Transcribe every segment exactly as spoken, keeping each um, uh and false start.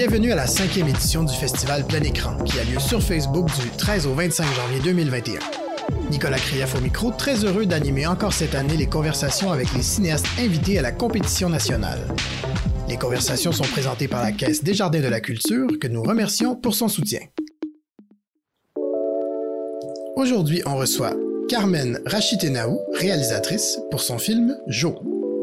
Bienvenue à la cinquième édition du festival Plein Écran, qui a lieu sur Facebook du treize au vingt-cinq janvier deux mille vingt et un. Nicolas Krief au micro, très heureux d'animer encore cette année les conversations avec les cinéastes invités à la compétition nationale. Les conversations sont présentées par la Caisse Desjardins de la Culture, que nous remercions pour son soutien. Aujourd'hui, on reçoit Carmen Rachitenaou, réalisatrice, pour son film « Jo ».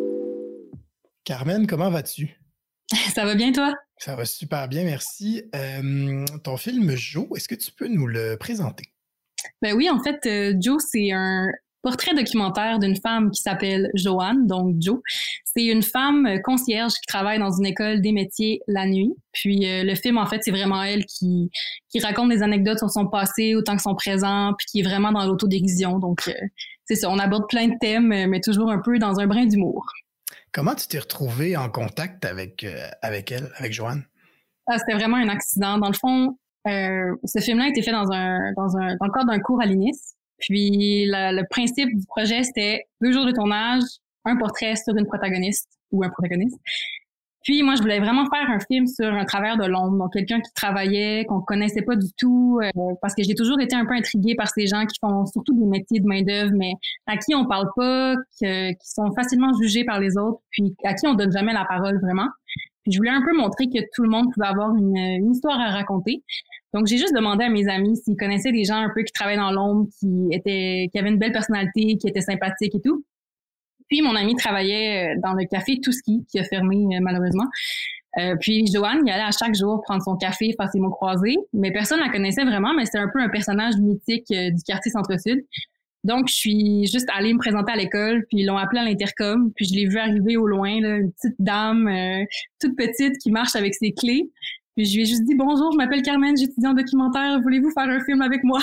Carmen, comment vas-tu? Ça va bien, toi? Ça va super bien, merci. Euh, ton film « Jo », est-ce que tu peux nous le présenter? Ben oui, en fait, euh, Jo, c'est un portrait documentaire d'une femme qui s'appelle Joanne, donc Jo. C'est une femme concierge qui travaille dans une école des métiers la nuit. Puis euh, le film, en fait, c'est vraiment elle qui, qui raconte des anecdotes sur son passé autant que son présent, puis qui est vraiment dans l'autodérision. Donc, euh, c'est ça, on aborde plein de thèmes, mais toujours un peu dans un brin d'humour. Comment tu t'es retrouvée en contact avec, euh, avec elle, avec Joanne? Ah, c'était vraiment un accident. Dans le fond, euh, ce film-là a été fait dans, un, dans, un, dans le cadre d'un cours à l'I N I S. Puis la, le principe du projet, c'était deux jours de tournage, un portrait sur une protagoniste ou un protagoniste. Puis moi, je voulais vraiment faire un film sur un travailleur de l'ombre, donc quelqu'un qui travaillait, qu'on connaissait pas du tout, euh, parce que j'ai toujours été un peu intriguée par ces gens qui font surtout des métiers de main-d'œuvre, mais à qui on parle pas, que, qui sont facilement jugés par les autres, puis à qui on donne jamais la parole vraiment. Puis je voulais un peu montrer que tout le monde pouvait avoir une, une histoire à raconter. Donc j'ai juste demandé à mes amis s'ils connaissaient des gens un peu qui travaillent dans l'ombre, qui étaient, qui avaient une belle personnalité, qui étaient sympathiques et tout. Puis, mon ami travaillait dans le café Touski, qui a fermé malheureusement. Euh, puis, Joanne, il allait à chaque jour prendre son café, faire ses mots croisés. Mais personne la connaissait vraiment, mais c'était un peu un personnage mythique euh, du quartier Centre-Sud. Donc, je suis juste allée me présenter à l'école, puis ils l'ont appelée à l'intercom. Puis, je l'ai vue arriver au loin, là, une petite dame euh, toute petite qui marche avec ses clés. Puis, je lui ai juste dit « Bonjour, je m'appelle Carmen, j'étudie en documentaire. Voulez-vous faire un film avec moi? »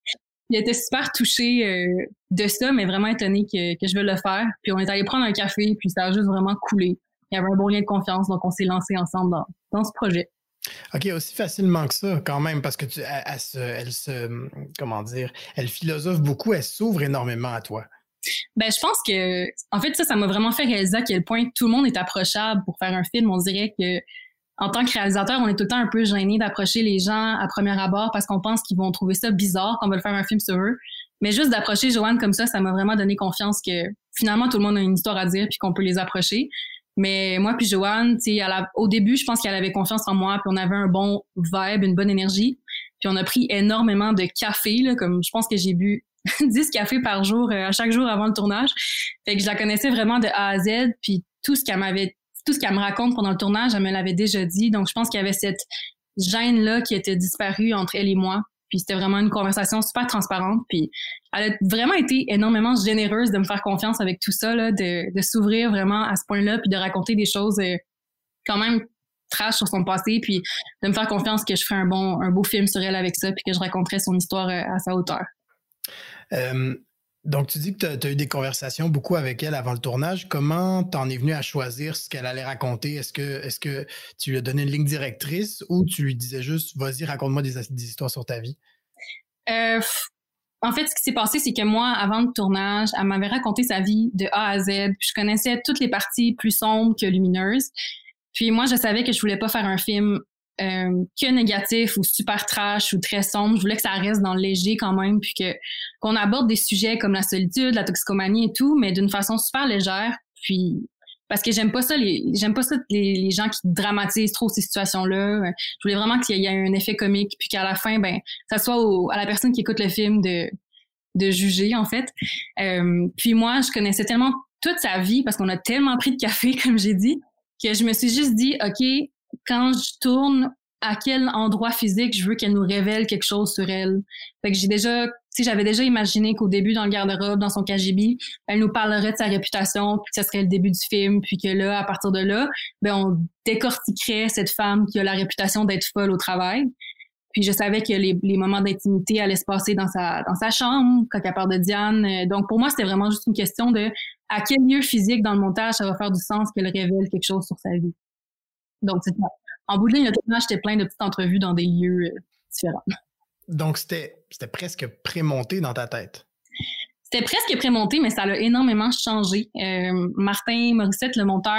Il était super touché euh, de ça, mais vraiment étonné que, que je veux le faire. Puis on est allé prendre un café, puis ça a juste vraiment coulé. Il y avait un bon lien de confiance, donc on s'est lancé ensemble dans, dans ce projet. OK, aussi facilement que ça, quand même, parce que tu, elle, elle, se, elle se, comment dire, elle philosophe beaucoup, elle s'ouvre énormément à toi. Ben, je pense que, en fait, ça, ça m'a vraiment fait réaliser à quel point tout le monde est approchable pour faire un film. On dirait que, en tant que réalisateur, on est tout le temps un peu gêné d'approcher les gens à premier abord parce qu'on pense qu'ils vont trouver ça bizarre qu'on veut faire un film sur eux. Mais juste d'approcher Joanne comme ça, ça m'a vraiment donné confiance que finalement tout le monde a une histoire à dire puis qu'on peut les approcher. Mais moi puis Joanne, tu sais, au début, je pense qu'elle avait confiance en moi puis on avait un bon vibe, une bonne énergie. Puis on a pris énormément de café, là, comme je pense que j'ai bu dix cafés par jour, euh, à chaque jour avant le tournage. Fait que je la connaissais vraiment de A à Z puis tout ce qu'elle m'avait Tout ce qu'elle me raconte pendant le tournage, elle me l'avait déjà dit. Donc, je pense qu'il y avait cette gêne-là qui était disparue entre elle et moi. Puis, c'était vraiment une conversation super transparente. Puis, elle a vraiment été énormément généreuse de me faire confiance avec tout ça, là, de, de s'ouvrir vraiment à ce point-là, puis de raconter des choses euh, quand même trash sur son passé, puis de me faire confiance que je ferais un bon, un beau film sur elle avec ça, puis que je raconterais son histoire euh, à sa hauteur. Euh... Donc, tu dis que tu as eu des conversations beaucoup avec elle avant le tournage. Comment t'en es venu à choisir ce qu'elle allait raconter? Est-ce que, est-ce que tu lui as donné une ligne directrice ou tu lui disais juste « Vas-y, raconte-moi des, des histoires sur ta vie » ? Euh, en fait, ce qui s'est passé, c'est que moi, avant le tournage, elle m'avait raconté sa vie de A à Z. Puis je connaissais toutes les parties plus sombres que lumineuses. Puis moi, je savais que je voulais pas faire un film Euh, que négatif ou super trash ou très sombre. Je voulais que ça reste dans le léger quand même, puis que qu'on aborde des sujets comme la solitude, la toxicomanie et tout, mais d'une façon super légère. Puis parce que j'aime pas ça, les j'aime pas ça les, les gens qui dramatisent trop ces situations-là. Je voulais vraiment qu'il y ait un effet comique, puis qu'à la fin, ben, ça soit au, à la personne qui écoute le film de de juger en fait. Euh, puis moi, je connaissais tellement toute sa vie parce qu'on a tellement pris de café, comme j'ai dit, que je me suis juste dit, ok. Quand je tourne, à quel endroit physique je veux qu'elle nous révèle quelque chose sur elle. Fait que j'ai déjà, tu sais, j'avais déjà imaginé qu'au début, dans le garde-robe, dans son K G B, elle nous parlerait de sa réputation, puis que ce serait le début du film, puis que là, à partir de là, ben, on décortiquerait cette femme qui a la réputation d'être folle au travail. Puis je savais que les, les moments d'intimité allaient se passer dans sa, dans sa chambre, quand elle parle de Diane. Donc pour moi, c'était vraiment juste une question de à quel lieu physique dans le montage ça va faire du sens qu'elle révèle quelque chose sur sa vie. Donc, c'est ça. En bout de ligne, le tournage, c'était plein de petites entrevues dans des lieux euh, différents. Donc, c'était, c'était presque prémonté dans ta tête. C'était presque prémonté, mais ça a énormément changé. Euh, Martin Morissette, le monteur,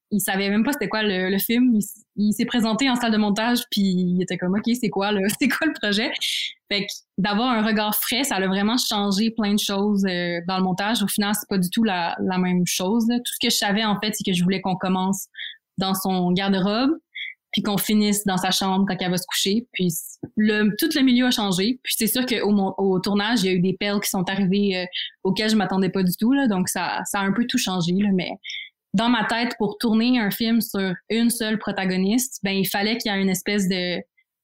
il savait même pas c'était quoi le, le film. Il, il s'est présenté en salle de montage, puis il était comme, OK, c'est quoi, là? C'est quoi le projet? Fait que d'avoir un regard frais, ça a vraiment changé plein de choses euh, dans le montage. Au final, c'est pas du tout la, la même chose, là. Tout ce que je savais, en fait, c'est que je voulais qu'on commence dans son garde-robe, puis qu'on finisse dans sa chambre quand elle va se coucher. Puis le, tout le milieu a changé. Puis c'est sûr qu'au au tournage, il y a eu des perles qui sont arrivées euh, auxquelles je m'attendais pas du tout, là. Donc ça, ça a un peu tout changé, là. Mais dans ma tête, pour tourner un film sur une seule protagoniste, ben il fallait qu'il y ait une espèce de,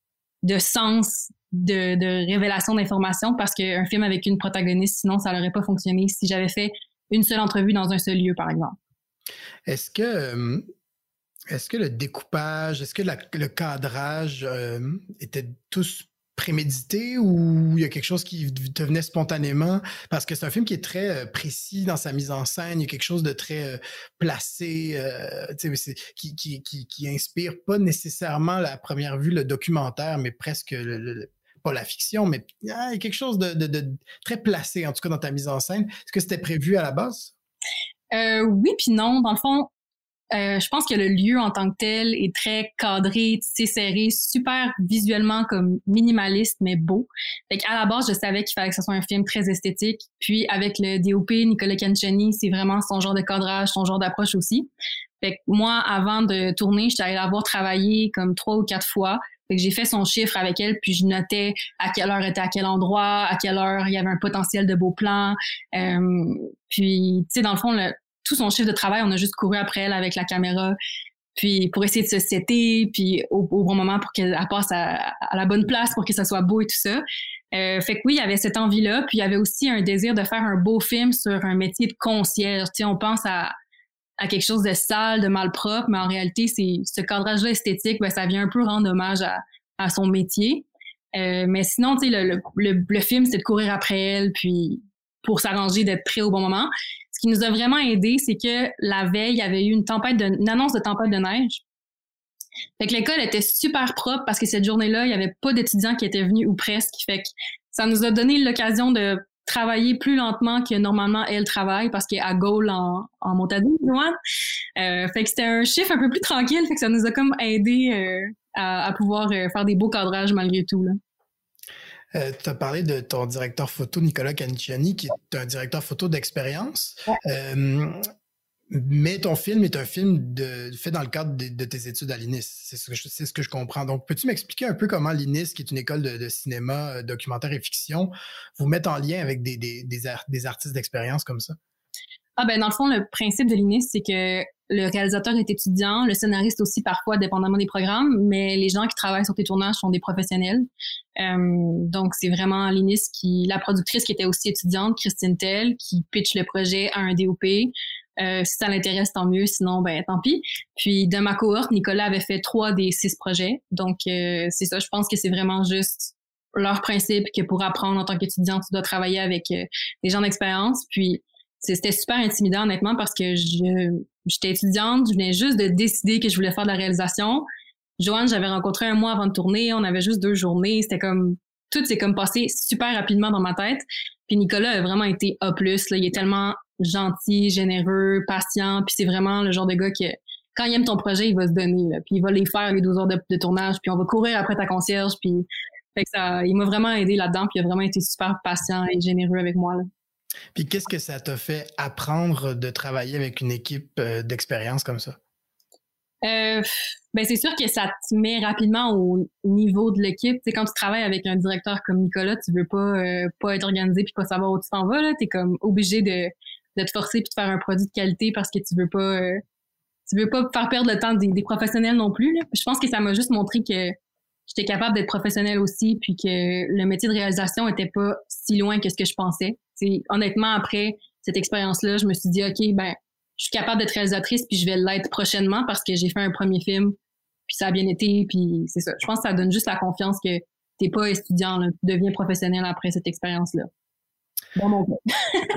de sens de, de révélation d'information, parce qu'un film avec une protagoniste, sinon ça n'aurait pas fonctionné si j'avais fait une seule entrevue dans un seul lieu, par exemple. Est-ce que... Euh... Est-ce que le découpage, est-ce que la, le cadrage euh, était tous prémédité ou il y a quelque chose qui te venait spontanément? Parce que c'est un film qui est très euh, précis dans sa mise en scène, il y a quelque chose de très euh, placé, euh, c'est, qui, qui, qui, qui inspire pas nécessairement à la première vue le documentaire, mais presque le, le, pas la fiction, mais ah, il y a quelque chose de, de, de très placé, en tout cas dans ta mise en scène. Est-ce que c'était prévu à la base? Euh, oui puis non. Dans le fond, Euh, je pense que le lieu en tant que tel est très cadré, tissé serré, super visuellement comme minimaliste, mais beau. Fait qu'à la base, je savais qu'il fallait que ce soit un film très esthétique. Puis avec le D O P, Nicolas Canciani, c'est vraiment son genre de cadrage, son genre d'approche aussi. Fait que moi, avant de tourner, j'étais allée la voir travailler comme trois ou quatre fois. Fait que j'ai fait son chiffre avec elle, puis je notais à quelle heure était à quel endroit, à quelle heure il y avait un potentiel de beaux plans. Euh, puis, tu sais, dans le fond, le tout son chiffre de travail, on a juste couru après elle avec la caméra, puis pour essayer de se setter, puis au, au bon moment pour qu'elle passe à, à la bonne place pour que ça soit beau et tout ça. Euh, fait que oui, il y avait cette envie-là, puis il y avait aussi un désir de faire un beau film sur un métier de concierge. Tu sais, on pense à, à quelque chose de sale, de malpropre, mais en réalité, c'est ce cadrage-là esthétique, ben, ça vient un peu rendre hommage à, à son métier. Euh, mais sinon, tu sais, le, le, le, le film, c'est de courir après elle, puis pour s'arranger d'être prêt au bon moment. Ce qui nous a vraiment aidé, c'est que la veille, il y avait eu une tempête de, une annonce de tempête de neige. Fait que l'école était super propre parce que cette journée-là, il y avait pas d'étudiants qui étaient venus ou presque. Fait que ça nous a donné l'occasion de travailler plus lentement que normalement elle travaille parce qu'elle est à Gaulle en, en Montadie, Joanne. Euh, fait que c'était un chiffre un peu plus tranquille. Fait que ça nous a comme aidé euh, à, à pouvoir euh, faire des beaux cadrages malgré tout, là. Euh, tu as parlé de ton directeur photo, Nicolas Canciani, qui est un directeur photo d'expérience. Ouais. Euh, mais ton film est un film de, fait dans le cadre de, de tes études à l'I N I S. C'est ce, que je, c'est ce que je comprends. Donc, peux-tu m'expliquer un peu comment l'I N I S, qui est une école de, de cinéma, euh, documentaire et fiction, vous met en lien avec des, des, des, art, des artistes d'expérience comme ça? Ah ben dans le fond, le principe de l'I N I S, c'est que le réalisateur est étudiant, le scénariste aussi parfois, dépendamment des programmes, mais les gens qui travaillent sur tes tournages sont des professionnels. Euh, donc, c'est vraiment l'I N I S qui, la productrice qui était aussi étudiante, Christine Tell, qui pitch le projet à un D O P. Euh, si ça l'intéresse, tant mieux, sinon, ben tant pis. Puis, de ma cohorte, Nicolas avait fait trois des six projets. Donc, euh, c'est ça, je pense que c'est vraiment juste leur principe que pour apprendre en tant qu'étudiant, tu dois travailler avec euh, des gens d'expérience. Puis, c'était super intimidant, honnêtement, parce que je, j'étais étudiante, je venais juste de décider que je voulais faire de la réalisation. Joanne, j'avais rencontré un mois avant de tourner, on avait juste deux journées, c'était comme, tout s'est comme passé super rapidement dans ma tête. Puis Nicolas a vraiment été A plus, là, il est tellement gentil, généreux, patient, puis c'est vraiment le genre de gars que, quand il aime ton projet, il va se donner, là, puis il va les faire, les douze heures de, de tournage, puis on va courir après ta concierge, puis fait que ça, il m'a vraiment aidé là-dedans, puis il a vraiment été super patient et généreux avec moi, là. Puis qu'est-ce que ça t'a fait apprendre de travailler avec une équipe euh, d'expérience comme ça? Euh, ben c'est sûr que ça te met rapidement au niveau de l'équipe. Tu sais, quand tu travailles avec un directeur comme Nicolas, tu veux pas euh, pas être organisé puis pas savoir où tu t'en vas, là. T'es comme obligé de, de te forcer puis de faire un produit de qualité parce que tu veux pas euh, tu veux pas faire perdre le temps des, des professionnels non plus, là. Je pense que ça m'a juste montré que j'étais capable d'être professionnelle aussi puis que le métier de réalisation était pas si loin que ce que je pensais. T'sais, honnêtement, après cette expérience-là, je me suis dit, OK, ben, je suis capable d'être réalisatrice puis je vais l'être prochainement parce que j'ai fait un premier film puis ça a bien été puis c'est ça. Je pense que ça donne juste la confiance que t'es pas étudiant, là, tu deviens professionnel après cette expérience-là. Dans mon cas.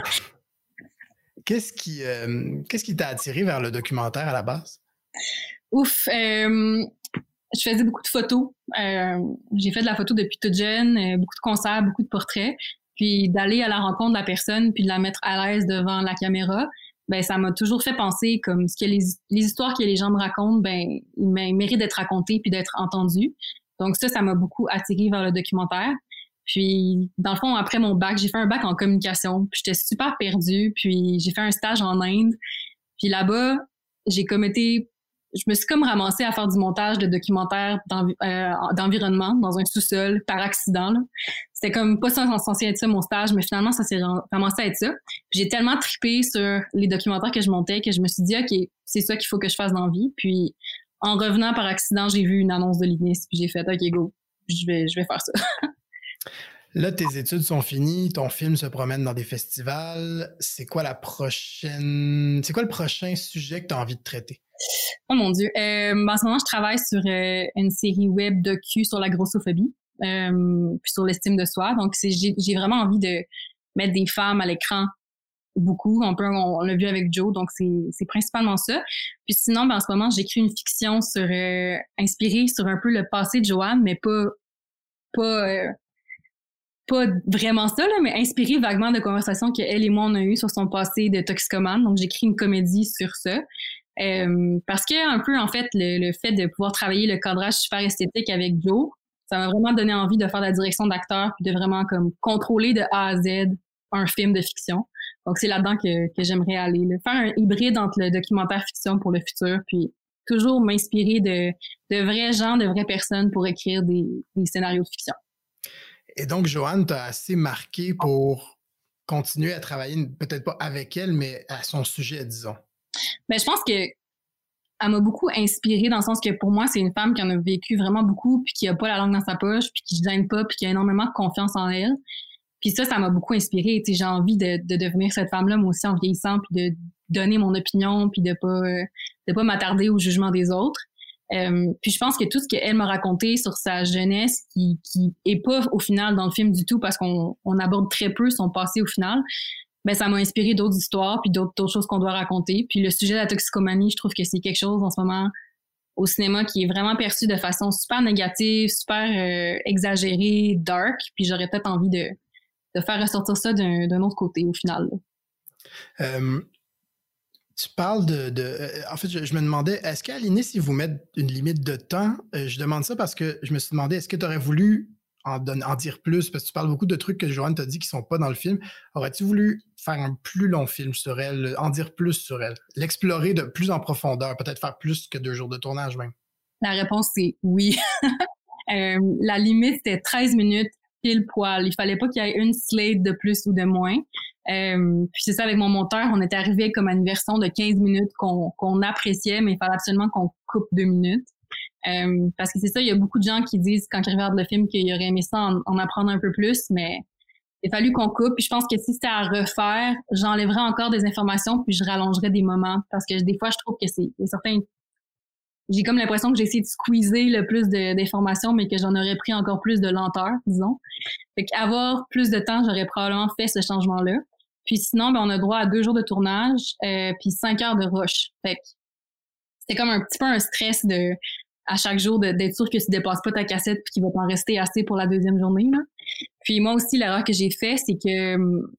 Qu'est-ce qui, euh, qu'est-ce qui t'a attiré vers le documentaire à la base? Ouf, euh, je faisais beaucoup de photos. Euh, j'ai fait de la photo depuis toute jeune, euh, beaucoup de concerts, beaucoup de portraits. Puis d'aller à la rencontre de la personne, puis de la mettre à l'aise devant la caméra, ben ça m'a toujours fait penser comme ce que les, les histoires que les gens me racontent, ben ils méritent d'être racontées puis d'être entendues. Donc ça, ça m'a beaucoup attirée vers le documentaire. Puis, dans le fond, après mon bac, j'ai fait un bac en communication. Puis, j'étais super perdue. Puis, j'ai fait un stage en Inde. Puis là-bas, j'ai comme été... Je me suis comme ramassée à faire du montage de documentaires d'envi- euh, d'environnement dans un sous-sol par accident, là. C'était comme pas ça, censé être ça, mon stage, mais finalement, ça s'est ramassé à être ça. Puis, j'ai tellement trippé sur les documentaires que je montais que je me suis dit, OK, c'est ça qu'il faut que je fasse dans la vie. Puis, en revenant par accident, j'ai vu une annonce de l'I N I S. Puis, j'ai fait, OK, go, je vais, je vais faire ça. Là, tes études sont finies, ton film se promène dans des festivals. C'est quoi la prochaine... C'est quoi le prochain sujet que tu as envie de traiter? Oh mon Dieu. Euh, en ce moment, je travaille sur euh, une série web docu sur la grossophobie, euh, puis sur l'estime de soi. Donc, c'est, j'ai, j'ai vraiment envie de mettre des femmes à l'écran beaucoup. On peut, on, on l'a vu avec Joe, donc c'est, c'est principalement ça. Puis sinon, ben, en ce moment, j'écris une fiction sur euh, inspirée sur un peu le passé de Joanne, mais pas pas euh, pas vraiment ça, là, mais inspiré vaguement de conversations qu'elle et moi, on a eues sur son passé de toxicomane. Donc, j'écris une comédie sur ça. Euh, parce que, un peu, en fait, le, le fait de pouvoir travailler le cadrage super esthétique avec Joe, ça m'a vraiment donné envie de faire de la direction d'acteur puis de vraiment comme contrôler de A à Z un film de fiction. Donc, c'est là-dedans que, que j'aimerais aller. Là. Faire un hybride entre le documentaire fiction pour le futur, puis toujours m'inspirer de, de vrais gens, de vraies personnes pour écrire des, des scénarios de fiction. Et donc, Joanne t'a assez marqué pour continuer à travailler, peut-être pas avec elle, mais à son sujet, disons. Ben, je pense que elle m'a beaucoup inspirée dans le sens que pour moi, c'est une femme qui en a vécu vraiment beaucoup, puis qui a pas la langue dans sa poche, puis qui se gêne pas, puis qui a énormément de confiance en elle. Puis ça, ça m'a beaucoup inspirée. Tu sais, j'ai envie de, de devenir cette femme-là, moi aussi, en vieillissant, puis de donner mon opinion, puis de pas, de pas m'attarder au jugement des autres. Euh, puis je pense que tout ce qu'elle m'a raconté sur sa jeunesse, qui, qui est pas au final dans le film du tout, parce qu'on on aborde très peu son passé au final, ben ça m'a inspiré d'autres histoires, puis d'autres, d'autres choses qu'on doit raconter. Puis le sujet de la toxicomanie, je trouve que c'est quelque chose en ce moment au cinéma qui est vraiment perçu de façon super négative, super euh, exagérée, dark. Puis j'aurais peut-être envie de, de faire ressortir ça d'un, d'un autre côté au final. Euh, tu parles de... de euh, en fait, je, je me demandais, est-ce qu'à l'I N I S, ils vous mettent une limite de temps? Euh, je demande ça parce que je me suis demandé, est-ce que tu aurais voulu en, don- en dire plus? Parce que tu parles beaucoup de trucs que Joanne t'a dit qui sont pas dans le film. Aurais-tu voulu faire un plus long film sur elle, en dire plus sur elle, l'explorer de plus en profondeur, peut-être faire plus que deux jours de tournage même? La réponse, c'est oui. euh, la limite, c'était treize minutes, pile poil. Il fallait pas qu'il y ait une slate de plus ou de moins. Euh, puis c'est ça, avec mon monteur, on était arrivé comme à une version de quinze minutes qu'on, qu'on appréciait, mais il fallait absolument qu'on coupe deux minutes. Euh, parce que c'est ça, il y a beaucoup de gens qui disent, quand ils regardent le film, qu'ils auraient aimé ça en, en apprendre un peu plus, mais il a fallu qu'on coupe. Puis je pense que si c'était à refaire, j'enlèverais encore des informations, puis je rallongerais des moments. Parce que des fois, je trouve que c'est, il y a certains... J'ai comme l'impression que j'ai essayé de squeezer le plus de, d'informations, mais que j'en aurais pris encore plus de lenteur, disons. Fait qu'avoir plus de temps, j'aurais probablement fait ce changement-là. Puis sinon, ben, on a droit à deux jours de tournage, euh, puis cinq heures de rush. Fait que c'était comme un petit peu un stress de, à chaque jour, de, d'être sûr que tu dépasses pas ta cassette puis qu'il va t'en rester assez pour la deuxième journée, là. Puis moi aussi, l'erreur que j'ai fait, c'est que,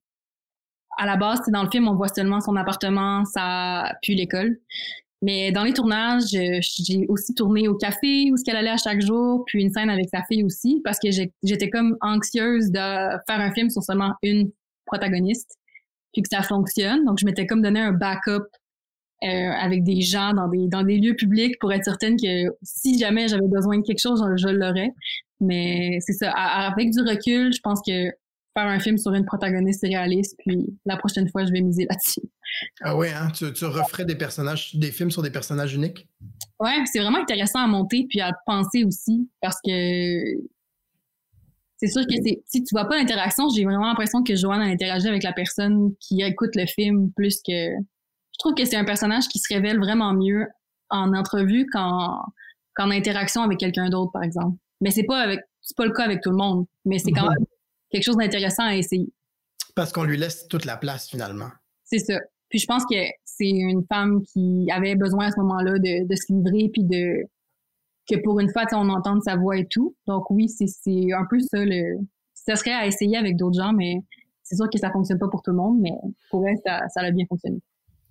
à la base, c'est dans le film, on voit seulement son appartement, ça, puis l'école. Mais dans les tournages, j'ai aussi tourné au café où ce qu'elle allait à chaque jour, puis une scène avec sa fille aussi, parce que j'étais comme anxieuse de faire un film sur seulement une protagoniste, puis que ça fonctionne. Donc, je m'étais comme donné un backup euh, avec des gens dans des dans des lieux publics pour être certaine que si jamais j'avais besoin de quelque chose, je, je l'aurais. Mais c'est ça. À, avec du recul, je pense que faire un film sur une protagoniste réaliste, puis la prochaine fois, je vais miser là-dessus. Ah oui, hein? Tu, tu referais des personnages, des films sur des personnages uniques? Ouais, c'est vraiment intéressant à monter puis à penser aussi, parce que c'est sûr que c'est, si tu vois pas l'interaction, j'ai vraiment l'impression que Joanne a interagi avec la personne qui écoute le film plus que... Je trouve que c'est un personnage qui se révèle vraiment mieux en entrevue qu'en, qu'en interaction avec quelqu'un d'autre, par exemple. Mais c'est pas avec, c'est pas le cas avec tout le monde, mais c'est quand même quelque chose d'intéressant à essayer. Parce qu'on lui laisse toute la place, finalement. C'est ça. Puis je pense que c'est une femme qui avait besoin à ce moment-là de, de se livrer, puis de que pour une fois, on entende sa voix et tout. Donc oui, c'est, c'est un peu ça. Le, ça serait à essayer avec d'autres gens, mais c'est sûr que ça fonctionne pas pour tout le monde, mais pour elle, ça, ça a bien fonctionné.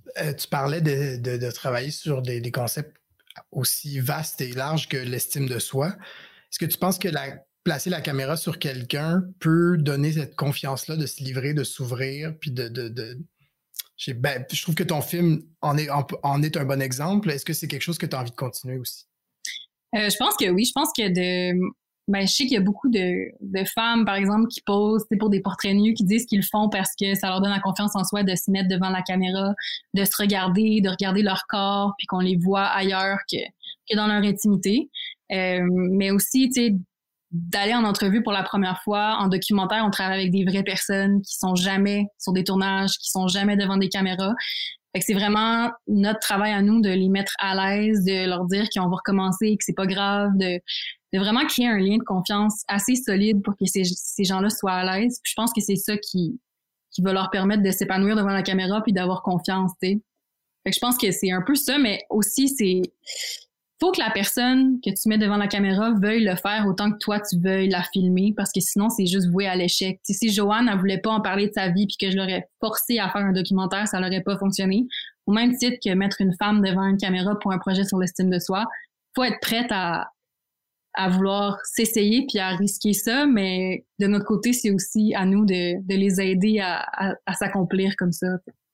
Euh, tu parlais de, de, de travailler sur des, des concepts aussi vastes et larges que l'estime de soi. Est-ce que tu penses que la, placer la caméra sur quelqu'un peut donner cette confiance-là de se livrer, de s'ouvrir, puis de... de, de... J'ai, ben, je trouve que ton film en est, en, en est un bon exemple. Est-ce que c'est quelque chose que tu as envie de continuer aussi? Euh, je pense que oui. Je pense que de... Ben, je sais qu'il y a beaucoup de, de femmes, par exemple, qui posent pour des portraits nus, qui disent qu'ils le font parce que ça leur donne la confiance en soi de se mettre devant la caméra, de se regarder, de regarder leur corps, puis qu'on les voit ailleurs que, que dans leur intimité. Euh, mais aussi, tu sais, d'aller en entrevue pour la première fois. En documentaire, on travaille avec des vraies personnes qui sont jamais sur des tournages, qui sont jamais devant des caméras. Fait que c'est vraiment notre travail à nous de les mettre à l'aise, de leur dire qu'on va recommencer, que c'est pas grave, de, de vraiment créer un lien de confiance assez solide pour que ces, ces gens-là soient à l'aise. Puis je pense que c'est ça qui, qui va leur permettre de s'épanouir devant la caméra puis d'avoir confiance, tu sais. Fait que je pense que c'est un peu ça, mais aussi c'est... Faut que la personne que tu mets devant la caméra veuille le faire autant que toi, tu veuilles la filmer, parce que sinon, c'est juste voué à l'échec. T'sais, si Joanne, elle voulait pas en parler de sa vie puis que je l'aurais forcée à faire un documentaire, ça n'aurait pas fonctionné. Au même titre que mettre une femme devant une caméra pour un projet sur l'estime de soi, faut être prête à, à vouloir s'essayer puis à risquer ça, mais de notre côté, c'est aussi à nous de, de les aider à, à, à s'accomplir comme ça.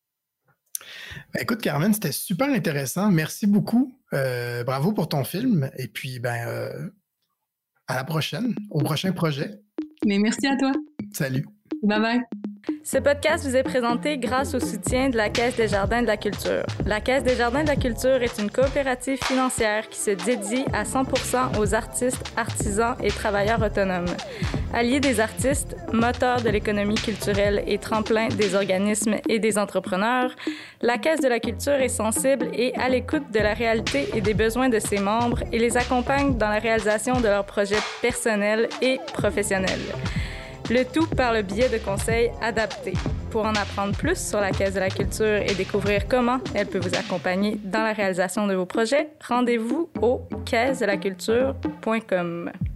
Ben, écoute, Carmen, c'était super intéressant. Merci beaucoup. Euh, bravo pour ton film. Et puis, ben, euh, à la prochaine, au prochain projet. Mais merci à toi. Salut. Bye bye. Ce podcast vous est présenté grâce au soutien de la Caisse des Jardins de la Culture. La Caisse des Jardins de la Culture est une coopérative financière qui se dédie à cent pour cent aux artistes, artisans et travailleurs autonomes. Alliés des artistes, moteur de l'économie culturelle et tremplin des organismes et des entrepreneurs, la Caisse de la Culture est sensible et à l'écoute de la réalité et des besoins de ses membres et les accompagne dans la réalisation de leurs projets personnels et professionnels. Le tout par le biais de conseils adaptés. Pour en apprendre plus sur la Caisse de la Culture et découvrir comment elle peut vous accompagner dans la réalisation de vos projets, rendez-vous au caisse de la culture point com.